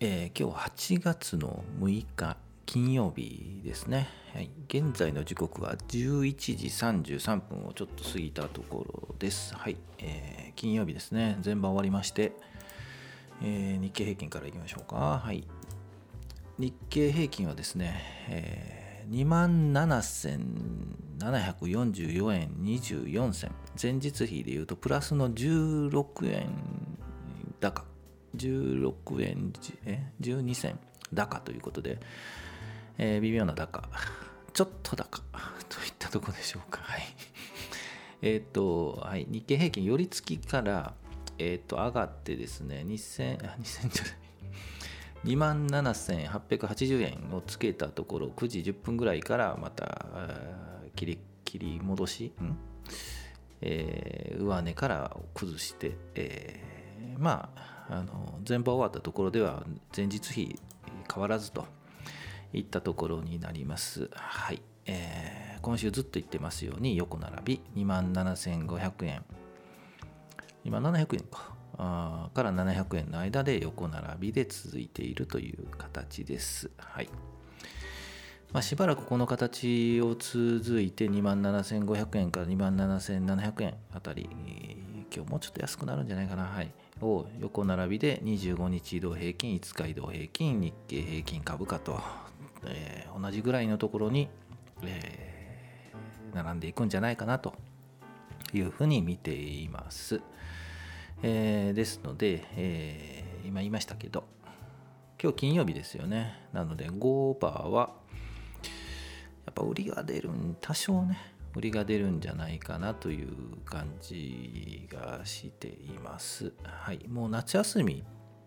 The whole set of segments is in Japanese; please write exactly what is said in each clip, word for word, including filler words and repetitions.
えー今日はちがつのむいか金曜日ですね、はい、現在の時刻はじゅういちじさんじゅうさんぷんをちょっと過ぎたところです。はい、えー金曜日ですね。全場終わりまして、えー日経平均からいきましょうか。はい、日経平均はですね、えーにまんななせんななひゃくよんじゅうよえんにじゅうよんせん、前日比でいうとプラスのじゅうろくえん高、じゅうろくえんえじゅうにせん高ということで、えー微妙な高、ちょっと高といったところでしょうか。はい。えっと、はい、日経平均寄り付きから、えっと、上がってですね、にせん、あ、にせんじゃない、にまんななせんはっぴゃくはちじゅうえんをつけたところ、くじじゅっぷんぐらいからまた切り切り戻し、んえー、上値から崩して、えーまあ、あの前場終わったところでは前日比変わらずといったところになります。はい、えー、今週ずっと言ってますように横並び にまんななせんごひゃくえん、今ななひゃくえんかあからななひゃくえんの間で横並びで続いているという形です。はい。まあ、しばらくこの形を続いて にまんななせんごひゃくえんから にまんななせんななひゃくえんあたり、今日もうちょっと安くなるんじゃないかな、はい、を横並びでにじゅうごにち移動平均、いつか移動平均、日経平均株価と、えー同じぐらいのところに、えー並んでいくんじゃないかなというふうに見ています。えーですので、えー今言いましたけど、今日金曜日ですよね。なので ごパーセント はやっぱ売りが出るん、多少ね、売りが出るんじゃないかなという感じがしています。はい、もう夏休み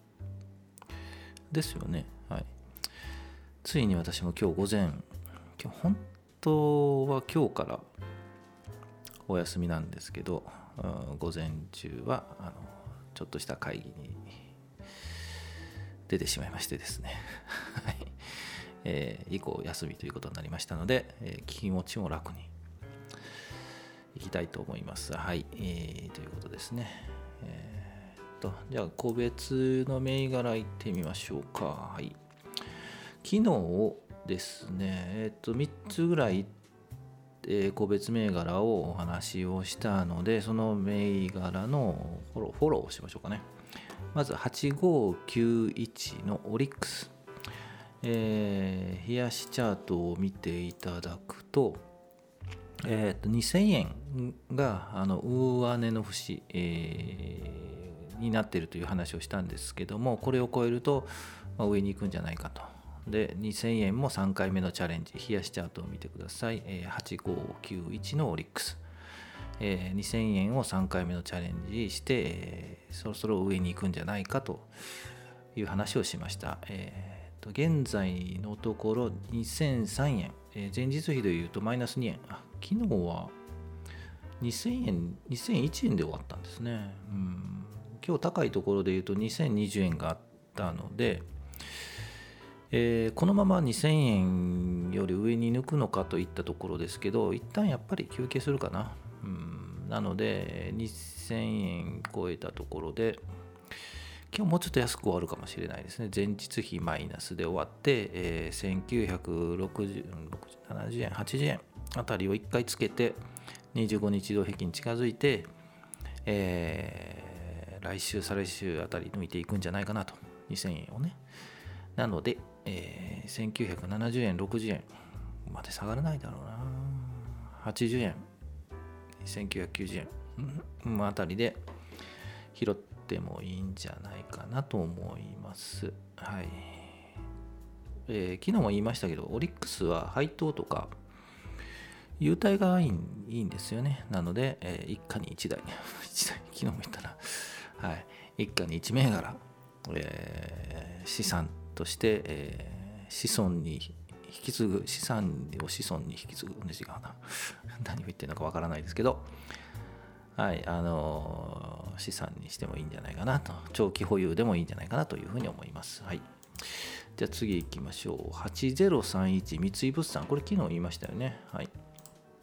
ですよね。はい。ついに私も今日午前、今日本当は今日からお休みなんですけど、うん午前中はあのちょっとした会議に出てしまいましてですね、はい、えー以降休みということになりましたので、えー気持ちも楽にいきたいと思います。はい、えーということですね。えーっとじゃあ個別の銘柄いってみましょうか。はい。昨日ですね、えーっとみっつぐらい、えー個別銘柄をお話をしたので、その銘柄のフォロー、フォローをしましょうかね。まずはちごきゅういちのオリックス。えー、冷やしチャートを見ていただくと、えー、とにせんえんがあの上値の節、えーになっているという話をしたんですけども、これを超えると、まあ、上に行くんじゃないかと。で、にせんえんもさんかいめのチャレンジ、冷やしチャートを見てください。えー、はちごきゅういちのオリックス。えーにせんえんをさんかいめのチャレンジして、えーそろそろ上に行くんじゃないかという話をしました。えーと現在のところにせんさんえん、えー前日比でいうとマイナスにえん、あ昨日はにせんえん、にせんいちえんで終わったんですね。うん今日高いところでいうとにせんにじゅうえんがあったので、えーこのままにせんえんより上に抜くのかといったところですけど、一旦やっぱり休憩するかな。うんなのでにせんえん超えたところで、今日もうちょっと安く終わるかもしれないですね。前日比マイナスで終わって、えーせんきゅうひゃくろくじゅう、ななじゅうえん、はちじゅうえんあたりをいっかいつけて、にじゅうごにち移動平均に近づいて、えー来週、再来週あたり抜いていくんじゃないかなと、にせんえんをね。なので、えーせんきゅうひゃくななじゅうえん、ろくじゅうえんまで下がらないだろうな。はちじゅうえん、せんきゅうひゃくきゅうじゅうえん、うん、あたりで拾ってもいいんじゃないかなと思います。はい。えー昨日も言いましたけど、オリックスは配当とか優待がいいんいいんですよね。なので、えー一家に一台、一台、昨日も言ったな。はい。一家に一銘柄、えー資産として、えー子孫に引き継ぐ、資産を子孫に引き継ぐ、違うな。何を言ってるのかわからないですけど、はい、あのー資産にしてもいいんじゃないかなと、長期保有でもいいんじゃないかなというふうに思います。はい。じゃあ次行きましょう。はちぜろさんいち三井物産。これ昨日言いましたよね。はい。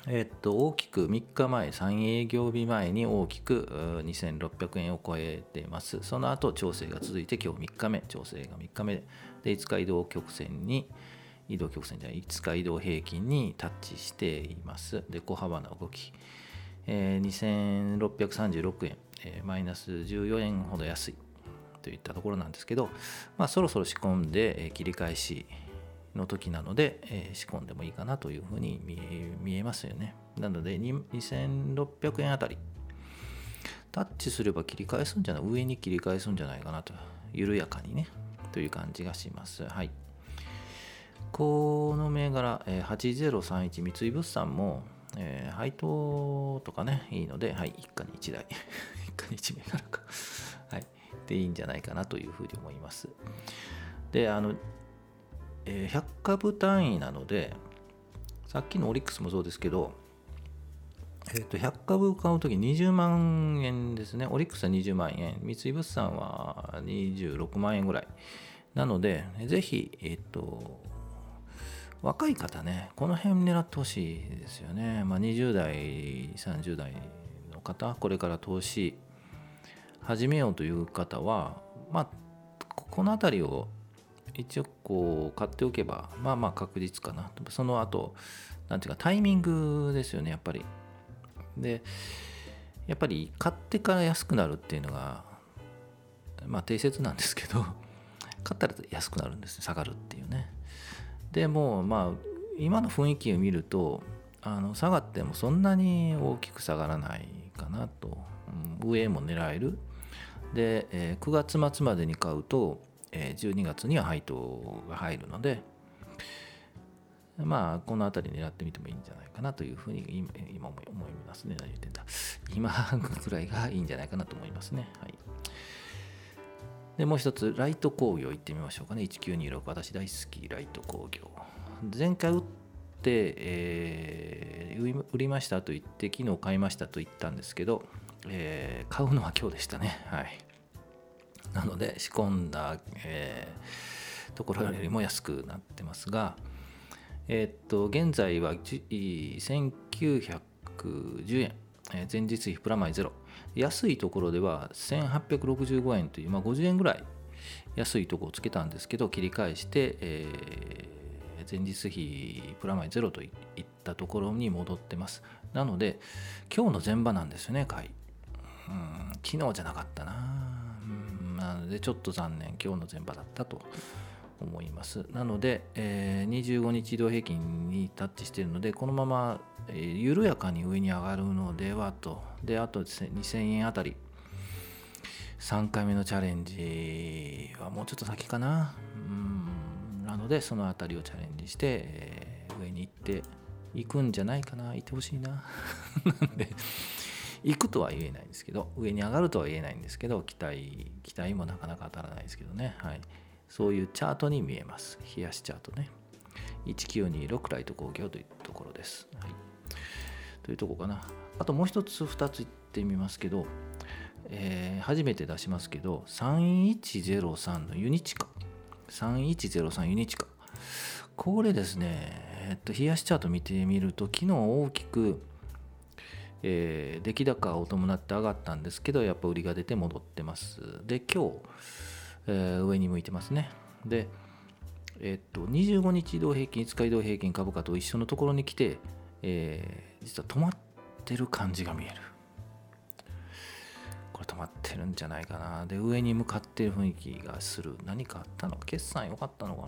えっと、大きくみっかまえ、さん営業日前に大きくにせんろっぴゃくえんを超えています。その後、調整が続いて、今日みっかめ、調整がみっかめで、いつか移動曲線に、移動曲線じゃない、いつか移動平均にタッチしています。で、小幅な動き、えー、にせんろっぴゃくさんじゅうろくえん、えー、マイナスじゅうよえんほど安いといったところなんですけど、まあ、そろそろ仕込んで、えー、切り返しの時なので、えー、仕込んでもいいかなというふうに見え、見えますよね。なのでにせんろっぴゃくえんあたりタッチすれば切り返すんじゃない、上に切り返すんじゃないかなと、緩やかにねという感じがします。はい。この銘柄、えー、はちぜろさんいち三井物産も、えー、配当とかねいいので、はい、一家に一台一家に一銘柄かはいでいいんじゃないかなというふうに思います。で、あのえー、ひゃくかぶ単位なので、さっきのオリックスもそうですけど、えー、とひゃくかぶ買うときにじゅうまんえんですね。オリックスはにじゅうまんえん、三井物産はにじゅうろくまんえんぐらい。なので、ぜひ、えっ、ー、と、若い方ね、この辺狙ってほしいですよね。まあ、にじゅう代、さんじゅう代の方、これから投資始めようという方は、まあ、この辺りを一応こう買っておけばまあまあ確実かな。その後なんていうかタイミングですよね、やっぱり。でやっぱり買ってから安くなるっていうのがまあ定説なんですけど、買ったら安くなるんですね、下がるっていうね。でもうまあ今の雰囲気を見ると、あの下がってもそんなに大きく下がらないかなと、うん、上も狙える。で、えー、くがつ末までに買うとじゅうにがつには配当が入るので、まあこの辺り狙ってみてもいいんじゃないかなというふうに今、今思いますね。何言ってんだ。今ぐらいがいいんじゃないかなと思いますね。はい。で、もう一つ、ライト工業行ってみましょうかね。いちきゅうにろく、私大好き、ライト工業。前回打って、えー、売りましたと言って、昨日買いましたと言ったんですけど、えー、買うのは今日でしたね。はい。なので仕込んだ、えー、ところよりも安くなってますが、えー、っと現在はせんきゅうひゃくじゅうえん、えー、前日比プラマイゼロ、安いところではせんはっぴゃくろくじゅうごえんという、まあ、ごじゅうえんぐらい安いところをつけたんですけど、切り返して、えー、前日比プラマイゼロといったところに戻ってます。なので今日の前場なんですよね、買い。うん、昨日じゃなかったな。なのでちょっと残念、今日の前場だったと思います。なので、えー、にじゅうごにち移動平均にタッチしているので、このまま、えー、緩やかに上に上がるのではと。で、あとにせんえんあたり、さんかいめのチャレンジはもうちょっと先かな。うんなので、そのあたりをチャレンジして、えー、上に行っていくんじゃないかな。行ってほしいな。なんで行くとは言えないんですけど、上に上がるとは言えないんですけど、期待期待もなかなか当たらないですけどね。はい、そういうチャートに見えます。冷やしチャートね。いちきゅうにろくライト工業というところです。はい、というところかな。あともう一つ二つ言ってみますけど、えー、初めて出しますけど、さんいちゼロさんのユニチカ。さんいちゼロさんユニチカ。これですね、えっと、冷やしチャート見てみると、昨日大きくえー、出来高を伴って上がったんですけど、やっぱ売りが出て戻ってます。で、今日、えー、上に向いてますね。で、えー、っと、にじゅうごにち移動平均、いつか移動平均株価と一緒のところに来て、えー、実は止まってる感じが見える。これ止まってるんじゃないかな。で、上に向かってる雰囲気がする。何かあったのか、決算良かったのかな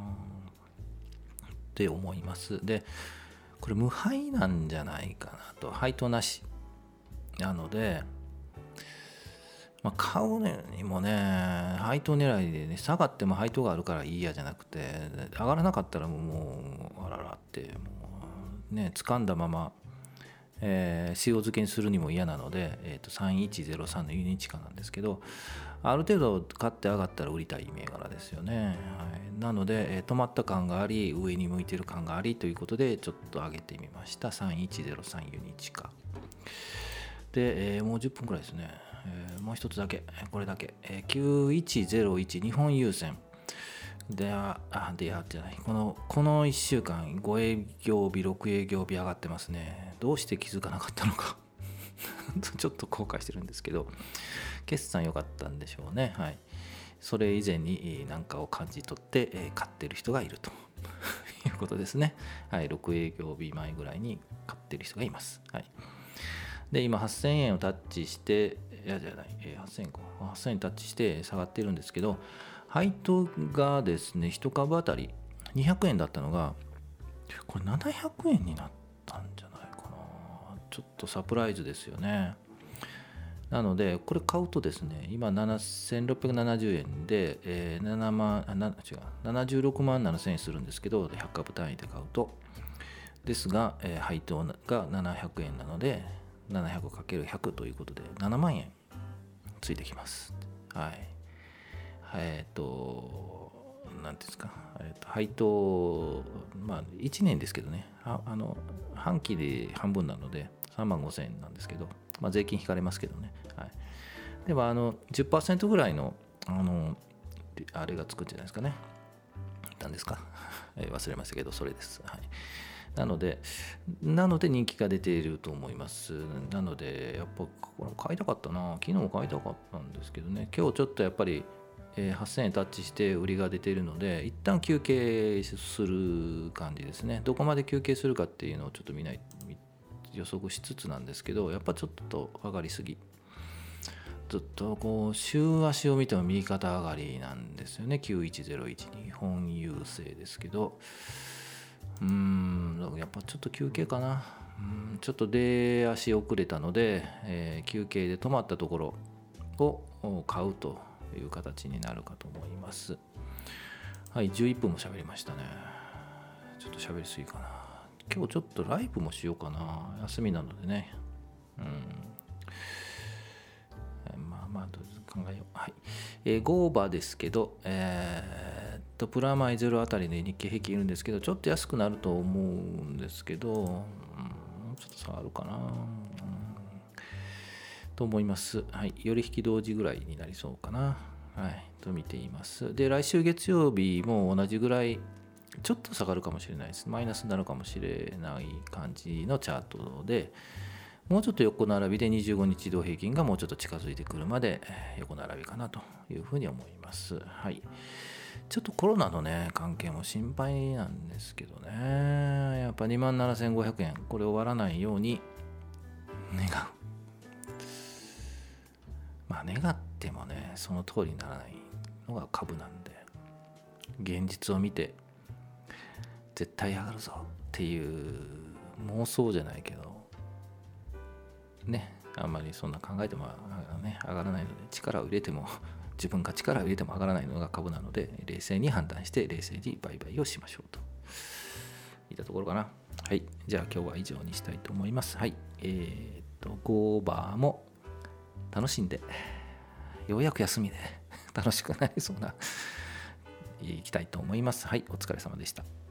って思います。で、これ無配なんじゃないかなと。配当なしなので、まあ、買うにもね、配当狙いでね、下がっても配当があるからいいやじゃなくて、上がらなかったらもうあららってもうね、掴んだまま、えー、塩漬けにするにも嫌なので、えー、とさんいちゼロさんのユニチカなんですけど、ある程度買って上がったら売りたい銘柄ですよね。はい、なので、えー、止まった感があり、上に向いてる感がありということで、ちょっと上げてみました。さんいちゼロさんユニチカ。で、えー、もうじゅっぷんくらいですね。えー、もう一つだけ、これだけ。えー、きゅういちゼロいち日本郵船。 であであじゃないこのこのいっしゅうかんご営業日ろく営業日上がってますね。どうして気づかなかったのかちょっと後悔してるんですけど、決算良かったんでしょうね。はい、それ以前に何かを感じ取って買ってる人がいるということですね。はい、ろく営業日前ぐらいに買ってる人がいます。はい、で今はっせんえんをタッチして、いやじゃない、はっせんえんか、はっせんえんタッチして下がってるんですけど、配当がですね、いち株当たりにひゃくえんだったのが、これななひゃくえんになったんじゃないかな。ちょっとサプライズですよね。なので、これ買うとですね、今ななせんろっぴゃくななじゅうえんで、えー、ななまん、あ、な、違う、ななじゅうろくまんななせんえんするんですけど、ひゃく株単位で買うと。ですが、えー、配当がななひゃくえんなので、ななひゃくかけるひゃく ということで、ななまんえんついてきます。はい。えっと、なんていうんですか、えー、と配当、まあ、いちねんですけどね、ああの半期で半分なので、さんまんごせんえんなんですけど、まあ、税金引かれますけどね。はい、ではあの、じゅっパーセントぐらいの、あの、あれがつくんじゃないですかね。何ですか、えー、忘れましたけど、それです。はい。なので、なので人気が出ていると思います。なので、やっぱこれ買いたかったな。昨日も買いたかったんですけどね。今日ちょっとやっぱり、えー、はっせんえんタッチして売りが出ているので、一旦休憩する感じですね。どこまで休憩するかっていうのをちょっと見ない予測しつつなんですけど、やっぱちょっと上がりすぎ。ずっとこう週足を見ても右肩上がりなんですよね。きゅういちゼロいち、日本郵政ですけど、うーんやっぱちょっと休憩かな。うんちょっと出足遅れたので、えー、休憩で止まったところを買うという形になるかと思います。はい、じゅういっぷんも喋りましたね。ちょっと喋りすぎかな。今日ちょっとライブもしようかな。休みなのでね。うんまあまあ考えよう。はい。えー、ゴーバですけど、えー、っとプラマイゼロあたりで日経平均いるんですけど、ちょっと安くなると思うんですけど、うん、ちょっと下がるかな、うん、と思います。はい。より引き同時ぐらいになりそうかな。はい。と見ています。で、来週月曜日も同じぐらい、ちょっと下がるかもしれないです。マイナスになるかもしれない感じのチャートで、もうちょっと横並びでにじゅうごにち移動平均がもうちょっと近づいてくるまで横並びかなというふうに思います。はい。ちょっとコロナのね、関係も心配なんですけどね。やっぱにまんななせんごひゃくえん、これ終わらないように願う。まあ願ってもね、その通りにならないのが株なんで、現実を見て絶対上がるぞっていう妄想じゃないけど、ね、あんまりそんな考えても、ね、上がらないので、力を入れても自分が力を入れても上がらないのが株なので、冷静に判断して冷静に売買をしましょうといったところかな。はい、じゃあ今日は以上にしたいと思います。はい、えー、っとゴーバーも楽しんで、ようやく休みで楽しくなりそうな、いきたいと思います。はい、お疲れ様でした。